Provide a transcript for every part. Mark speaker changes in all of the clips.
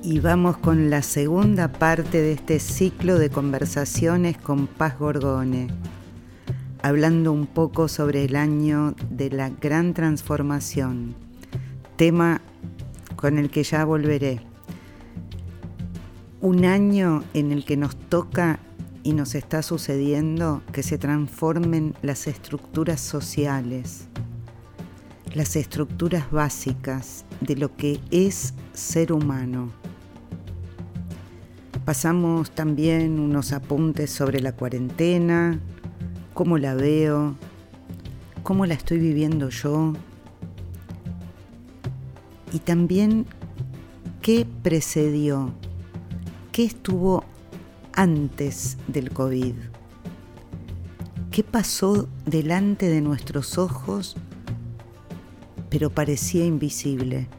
Speaker 1: Y vamos con la segunda parte de este ciclo de conversaciones con Paz Gorgone, hablando un poco sobre el año de la gran transformación, tema con el que ya volveré. Un año en el que nos toca y nos está sucediendo que se transformen las estructuras sociales, las estructuras básicas de lo que es ser humano. Pasamos también unos apuntes sobre la cuarentena, cómo la veo, cómo la estoy viviendo yo, y también qué precedió, qué estuvo antes del COVID, qué pasó delante de nuestros ojos, pero parecía invisible.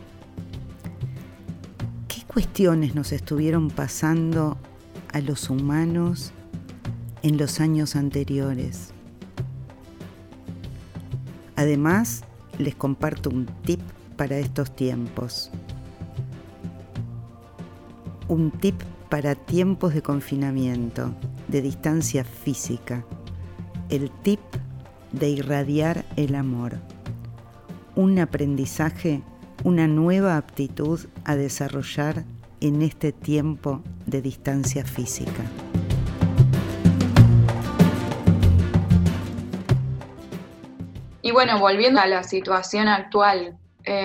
Speaker 1: ¿Qué cuestiones nos estuvieron pasando a los humanos en los años anteriores? Además, les comparto un tip para estos tiempos. Un tip para tiempos de confinamiento, de distancia física. El tip de irradiar el amor. Un aprendizaje, una nueva aptitud a desarrollar en este tiempo de distancia física.
Speaker 2: Y bueno, volviendo a la situación actual,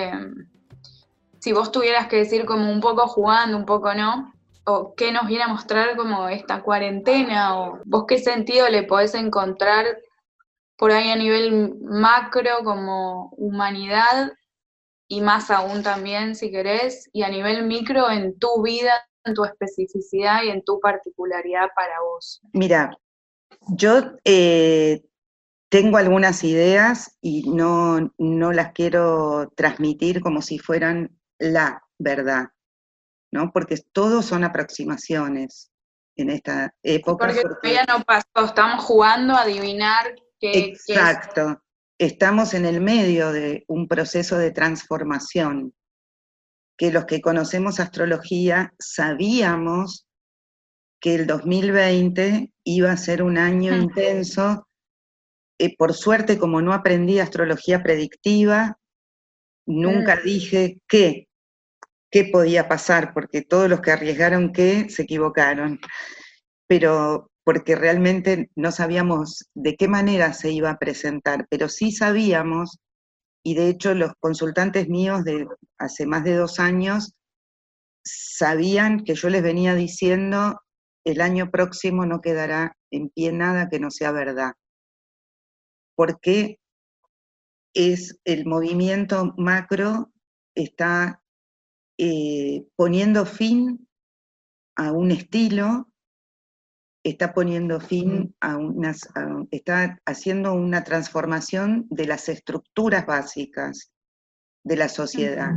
Speaker 2: si vos tuvieras que decir como un poco jugando, un poco no, o qué nos viene a mostrar como esta cuarentena, o vos qué sentido le podés encontrar por ahí a nivel macro como humanidad, y más aún también, si querés, y a nivel micro en tu vida, en tu especificidad y en tu particularidad para vos.
Speaker 1: Mira, yo tengo algunas ideas y no las quiero transmitir como si fueran la verdad, ¿no? Porque todos son aproximaciones en esta época.
Speaker 2: Porque todavía no pasó, estamos jugando a adivinar qué es.
Speaker 1: Exacto, estamos en el medio de un proceso de transformación, que los que conocemos astrología sabíamos que el 2020 iba a ser un año intenso. Por suerte, como no aprendí astrología predictiva, nunca dije qué podía pasar, porque todos los que arriesgaron qué se equivocaron. Pero porque realmente no sabíamos de qué manera se iba a presentar, pero sí sabíamos, y de hecho los consultantes míos de hace más de 2 años sabían que yo les venía diciendo: el año próximo no quedará en pie nada que no sea verdad. Porque es el movimiento macro está poniendo fin a un estilo, está poniendo fin está haciendo una transformación de las estructuras básicas de la sociedad.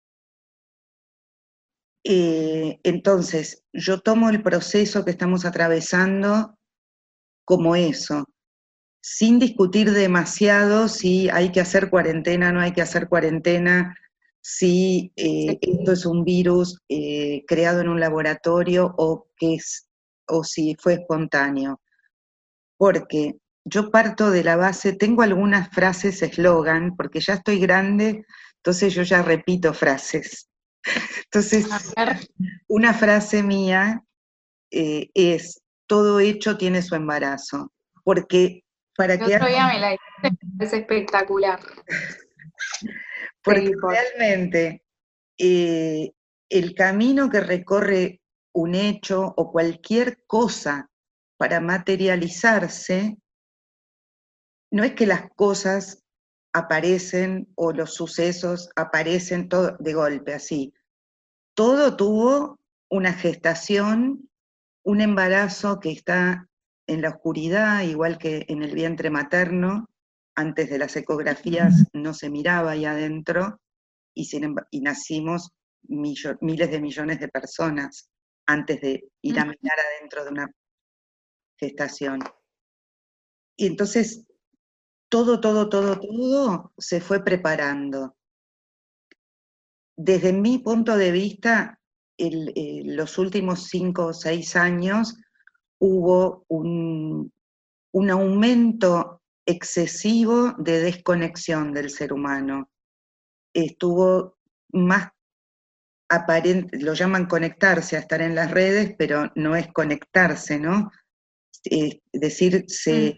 Speaker 1: Entonces, yo tomo el proceso que estamos atravesando como eso, sin discutir demasiado si hay que hacer cuarentena, no hay que hacer cuarentena, si esto es un virus creado en un laboratorio o si fue espontáneo. Porque yo parto de la base, tengo algunas frases eslogan, porque ya estoy grande, entonces yo ya repito frases. Entonces, una frase mía es: todo hecho tiene su embarazo. Porque para que...
Speaker 2: El otro día me la dijiste, es espectacular.
Speaker 1: Porque realmente el camino que recorre un hecho o cualquier cosa para materializarse, no es que las cosas aparecen o los sucesos aparecen todo de golpe, así. Todo tuvo una gestación, un embarazo que está en la oscuridad, igual que en el vientre materno. Antes de las ecografías no se miraba ahí adentro, y nacimos miles de millones de personas antes de ir a mirar adentro de una gestación. Y entonces todo se fue preparando. Desde mi punto de vista, los últimos 5 o 6 años hubo un aumento excesivo de desconexión del ser humano. Estuvo más aparente, lo llaman conectarse, a estar en las redes, pero no es conectarse, ¿no? Es decir, se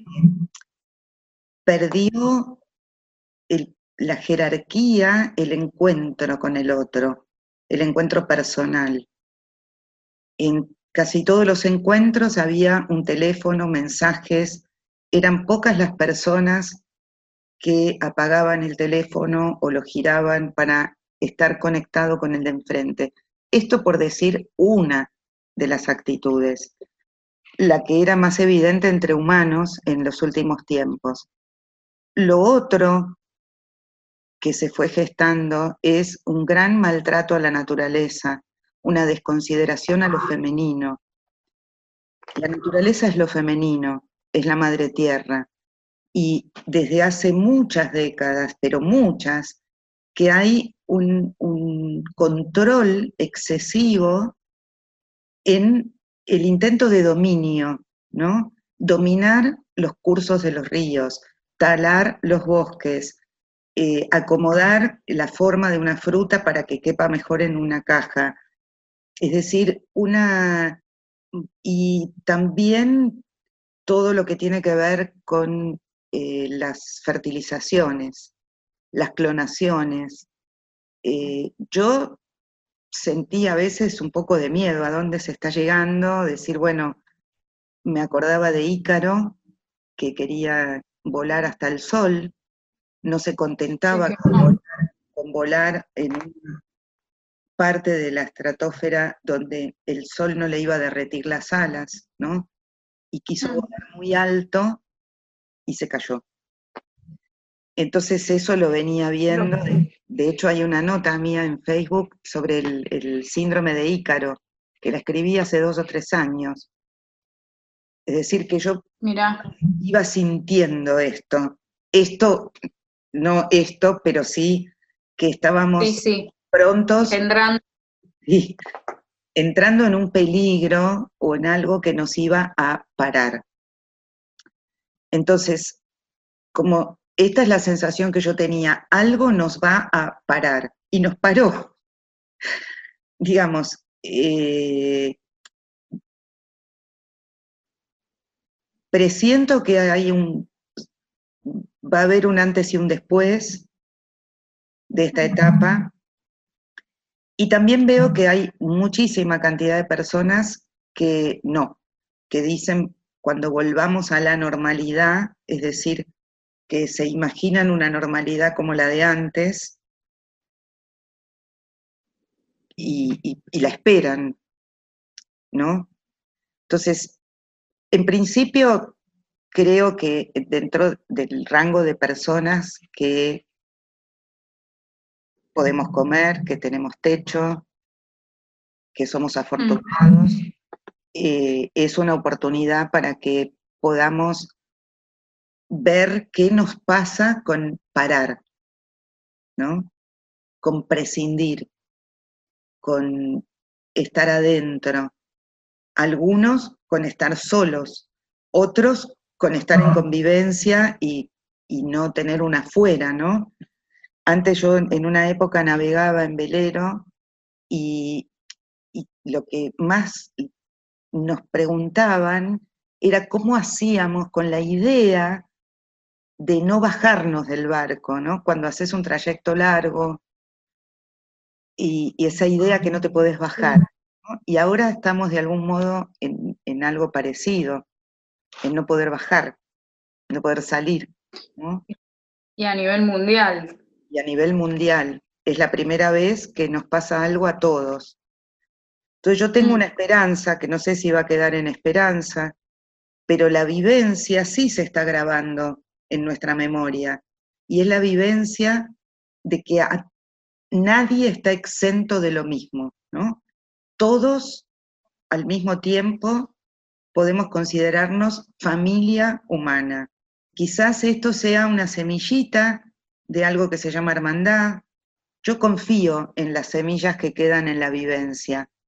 Speaker 1: perdió la jerarquía, el encuentro con el otro, el encuentro personal. En casi todos los encuentros había un teléfono, mensajes, eran pocas las personas que apagaban el teléfono o lo giraban para estar conectado con el de enfrente. Esto por decir una de las actitudes, la que era más evidente entre humanos en los últimos tiempos. Lo otro que se fue gestando es un gran maltrato a la naturaleza, una desconsideración a lo femenino. La naturaleza es lo femenino, es la madre tierra, y desde hace muchas décadas, pero muchas, que hay un control excesivo en el intento de dominio, ¿no? Dominar los cursos de los ríos, talar los bosques, acomodar la forma de una fruta para que quepa mejor en una caja. Es decir, y también todo lo que tiene que ver con las fertilizaciones, las clonaciones. Yo sentí a veces un poco de miedo a dónde se está llegando, decir, bueno, me acordaba de Ícaro, que quería volar hasta el sol, no se contentaba con volar en una parte de la estratosfera donde el sol no le iba a derretir las alas, ¿no? Y quiso volar muy alto y se cayó. Entonces eso lo venía viendo, de hecho hay una nota mía en Facebook sobre el síndrome de Ícaro, que la escribí hace 2 o 3 años. Es decir, que yo iba sintiendo esto, no esto, pero sí que estábamos prontos, entrando en un peligro o en algo que nos iba a parar. Entonces, como esta es la sensación que yo tenía, algo nos va a parar, y nos paró. Digamos, presiento que va a haber un antes y un después de esta etapa, y también veo que hay muchísima cantidad de personas que no, que dicen cuando volvamos a la normalidad, es decir, que se imaginan una normalidad como la de antes y la esperan, ¿no? Entonces, en principio, creo que dentro del rango de personas que podemos comer, que tenemos techo, que somos afortunados, es una oportunidad para que podamos ver qué nos pasa con parar, ¿no? Con prescindir, con estar adentro. Algunos con estar solos, otros con estar en convivencia y no tener una afuera, ¿no? Antes yo en una época navegaba en velero y lo que más nos preguntaban era cómo hacíamos con la idea de no bajarnos del barco, ¿no? Cuando haces un trayecto largo y esa idea que no te podés bajar, ¿no? Y ahora estamos de algún modo en algo parecido, en no poder bajar, no poder salir, ¿no?
Speaker 2: Y a nivel mundial.
Speaker 1: Y a nivel mundial, es la primera vez que nos pasa algo a todos. Entonces yo tengo una esperanza, que no sé si va a quedar en esperanza, pero la vivencia sí se está grabando en nuestra memoria, y es la vivencia de que nadie está exento de lo mismo, ¿no? Todos al mismo tiempo podemos considerarnos familia humana. Quizás esto sea una semillita de algo que se llama hermandad. Yo confío en las semillas que quedan en la vivencia,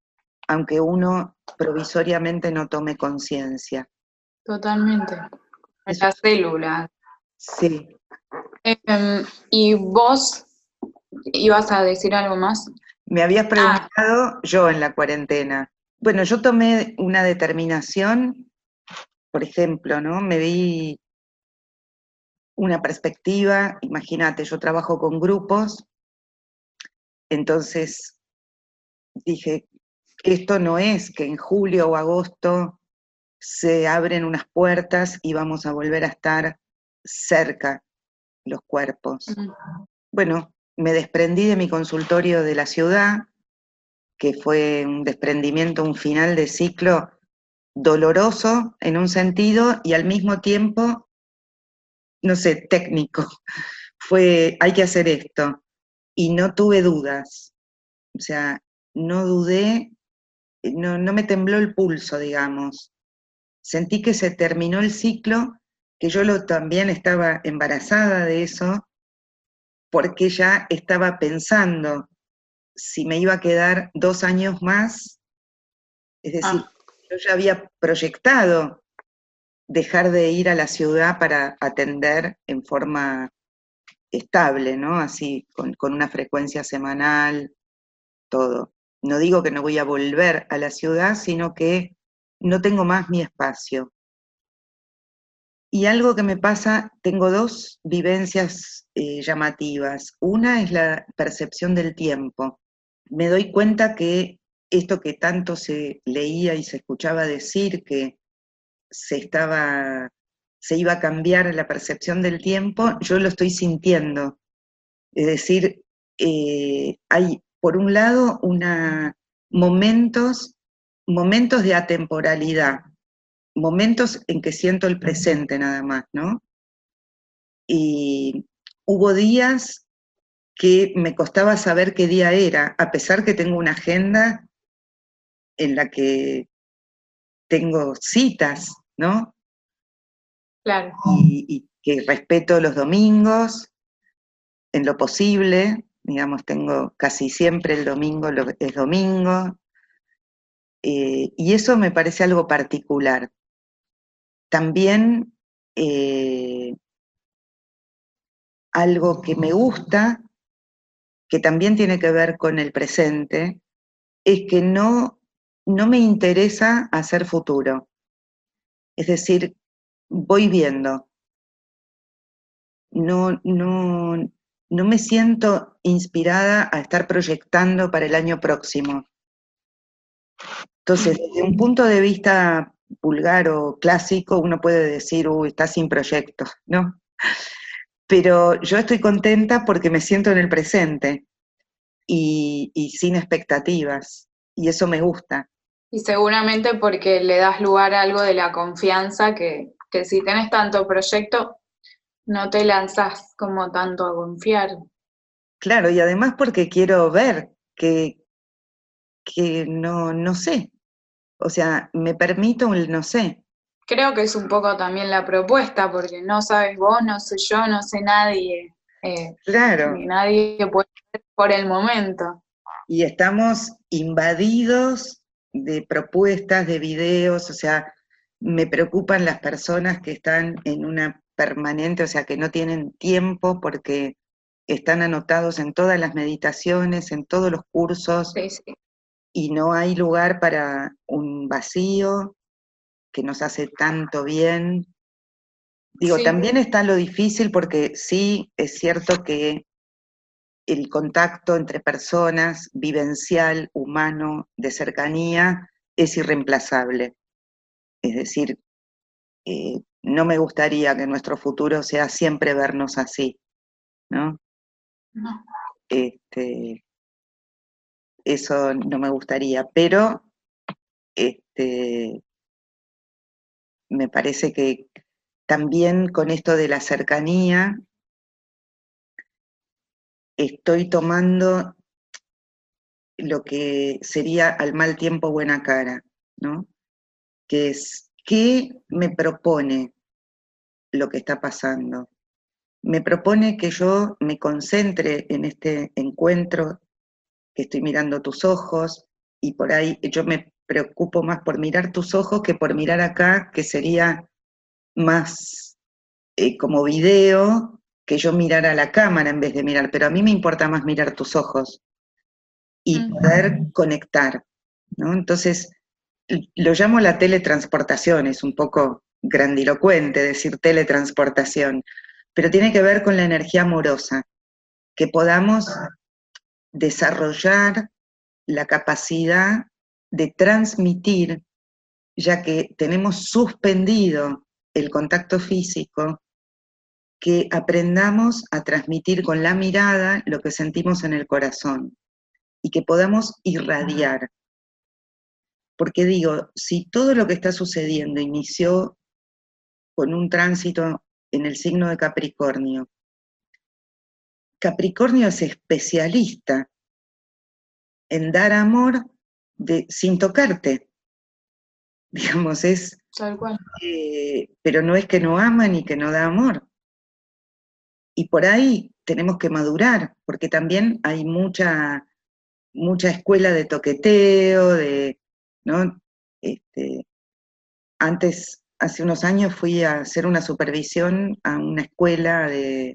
Speaker 1: aunque uno provisoriamente no tome conciencia.
Speaker 2: Totalmente. En
Speaker 1: Eso
Speaker 2: la célula.
Speaker 1: sí.
Speaker 2: ¿Y vos ibas a decir algo más?
Speaker 1: Me habías preguntado yo en la cuarentena. Bueno, yo tomé una determinación, por ejemplo, ¿no? Me vi una perspectiva, imagínate, yo trabajo con grupos, entonces dije, esto no es que en julio o agosto se abren unas puertas y vamos a volver a estar cerca los cuerpos. Bueno, me desprendí de mi consultorio de la ciudad, que fue un desprendimiento, un final de ciclo doloroso en un sentido y al mismo tiempo, no sé, técnico. Fue, hay que hacer esto. Y no tuve dudas. O sea, no dudé, no me tembló el pulso, digamos. Sentí que se terminó el ciclo, que yo también estaba embarazada de eso, porque ya estaba pensando si me iba a quedar 2 años más, es decir, yo ya había proyectado dejar de ir a la ciudad para atender en forma estable, ¿no? Así, con una frecuencia semanal, todo. No digo que no voy a volver a la ciudad, sino que no tengo más mi espacio. Y algo que me pasa, tengo dos vivencias llamativas. Una es la percepción del tiempo. Me doy cuenta que esto que tanto se leía y se escuchaba decir, que se iba a cambiar la percepción del tiempo, yo lo estoy sintiendo. Es decir, hay por un lado momentos, momentos de atemporalidad, momentos en que siento el presente nada más, ¿no? Y hubo días que me costaba saber qué día era, a pesar que tengo una agenda en la que tengo citas, ¿no?
Speaker 2: Claro.
Speaker 1: Y que respeto los domingos en lo posible, digamos, tengo casi siempre el domingo, es domingo, y eso me parece algo particular. También algo que me gusta, que también tiene que ver con el presente, es que no me interesa hacer futuro. Es decir, voy viendo. No me siento inspirada a estar proyectando para el año próximo. Entonces, desde un punto de vista vulgar o clásico, uno puede decir, uy, está sin proyecto, ¿no? Pero yo estoy contenta porque me siento en el presente y sin expectativas, y eso me gusta.
Speaker 2: Y seguramente porque le das lugar a algo de la confianza que si tenés tanto proyecto, no te lanzás como tanto a confiar.
Speaker 1: Claro, y además porque quiero ver que no sé, o sea, me permito el no sé.
Speaker 2: Creo que es un poco también la propuesta, porque no sabes vos, no sé yo, no sé nadie.
Speaker 1: Claro,
Speaker 2: Ni nadie puede ser por el momento.
Speaker 1: y estamos invadidos de propuestas, de videos, o sea, me preocupan las personas que están en una permanente, o sea, que no tienen tiempo porque están anotados en todas las meditaciones, en todos los cursos,
Speaker 2: Sí, sí.
Speaker 1: y no hay lugar para un vacío que nos hace tanto bien. Digo,
Speaker 2: Sí,
Speaker 1: también está lo difícil porque sí es cierto que el contacto entre personas, vivencial, humano, de cercanía, es irreemplazable. Es decir, no me gustaría que nuestro futuro sea siempre vernos así, ¿no?
Speaker 2: no.
Speaker 1: Este, eso no me gustaría, pero este, me parece que también con esto de la cercanía estoy tomando lo que sería al mal tiempo buena cara, ¿no? Que es, ¿qué me propone lo que está pasando? Me propone que yo me concentre en este encuentro, que estoy mirando tus ojos, y por ahí yo me preocupo más por mirar tus ojos que por mirar acá, que sería más como video, que yo mirar a la cámara en vez de mirar, pero a mí me importa más mirar tus ojos y poder conectar, ¿no? Entonces, lo llamo la teletransportación, es un poco grandilocuente decir teletransportación, pero tiene que ver con la energía amorosa, que podamos desarrollar la capacidad de transmitir, ya que tenemos suspendido el contacto físico, que aprendamos a transmitir con la mirada lo que sentimos en el corazón y que podamos irradiar. Porque digo, si todo lo que está sucediendo inició con un tránsito en el signo de Capricornio, Capricornio es especialista en dar amor sin tocarte, digamos,
Speaker 2: Tal cual.
Speaker 1: pero no es que no ama ni que no da amor. Y por ahí tenemos que madurar, porque también hay mucha escuela de toqueteo, ¿no? Antes, hace unos años, fui a hacer una supervisión a una escuela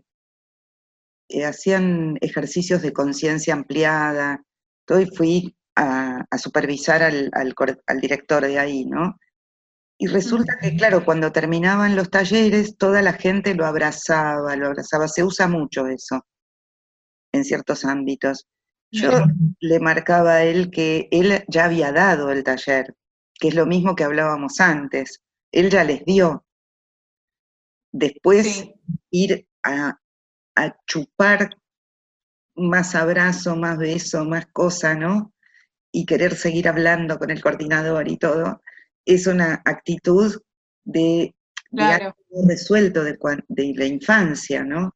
Speaker 1: hacían ejercicios de conciencia ampliada, todo, y fui a supervisar al director de ahí, ¿no? Y resulta que, claro, cuando terminaban los talleres, toda la gente lo abrazaba, se usa mucho eso en ciertos ámbitos. Yo le marcaba a él que él ya había dado el taller, que es lo mismo que hablábamos antes, él ya les dio. Después ir a chupar más abrazo, más beso, más cosa, ¿no? Y querer seguir hablando con el coordinador y todo, es una actitud de
Speaker 2: Claro.
Speaker 1: algo resuelto de la infancia, ¿no?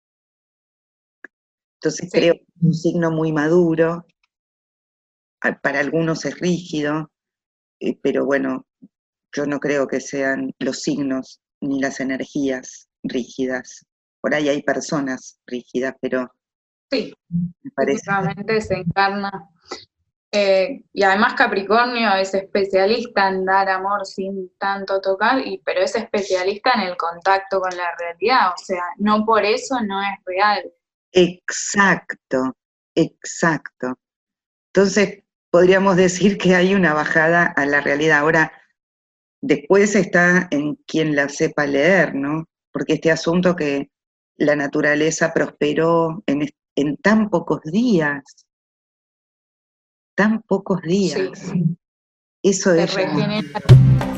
Speaker 1: Entonces creo que es un signo muy maduro, para algunos es rígido, pero bueno, yo no creo que sean los signos ni las energías rígidas. Por ahí hay personas rígidas, pero
Speaker 2: sí,
Speaker 1: me parece
Speaker 2: físicamente se encarna. Y además Capricornio es especialista en dar amor sin tanto tocar, pero es especialista en el contacto con la realidad, o sea, no por eso no es real.
Speaker 1: exacto, exacto. Entonces, podríamos decir que hay una bajada a la realidad. Ahora, después está en quien la sepa leer, ¿no? Porque este asunto que la naturaleza prosperó en tan pocos días,
Speaker 2: Sí,
Speaker 1: eso
Speaker 2: se
Speaker 1: es
Speaker 2: regenera.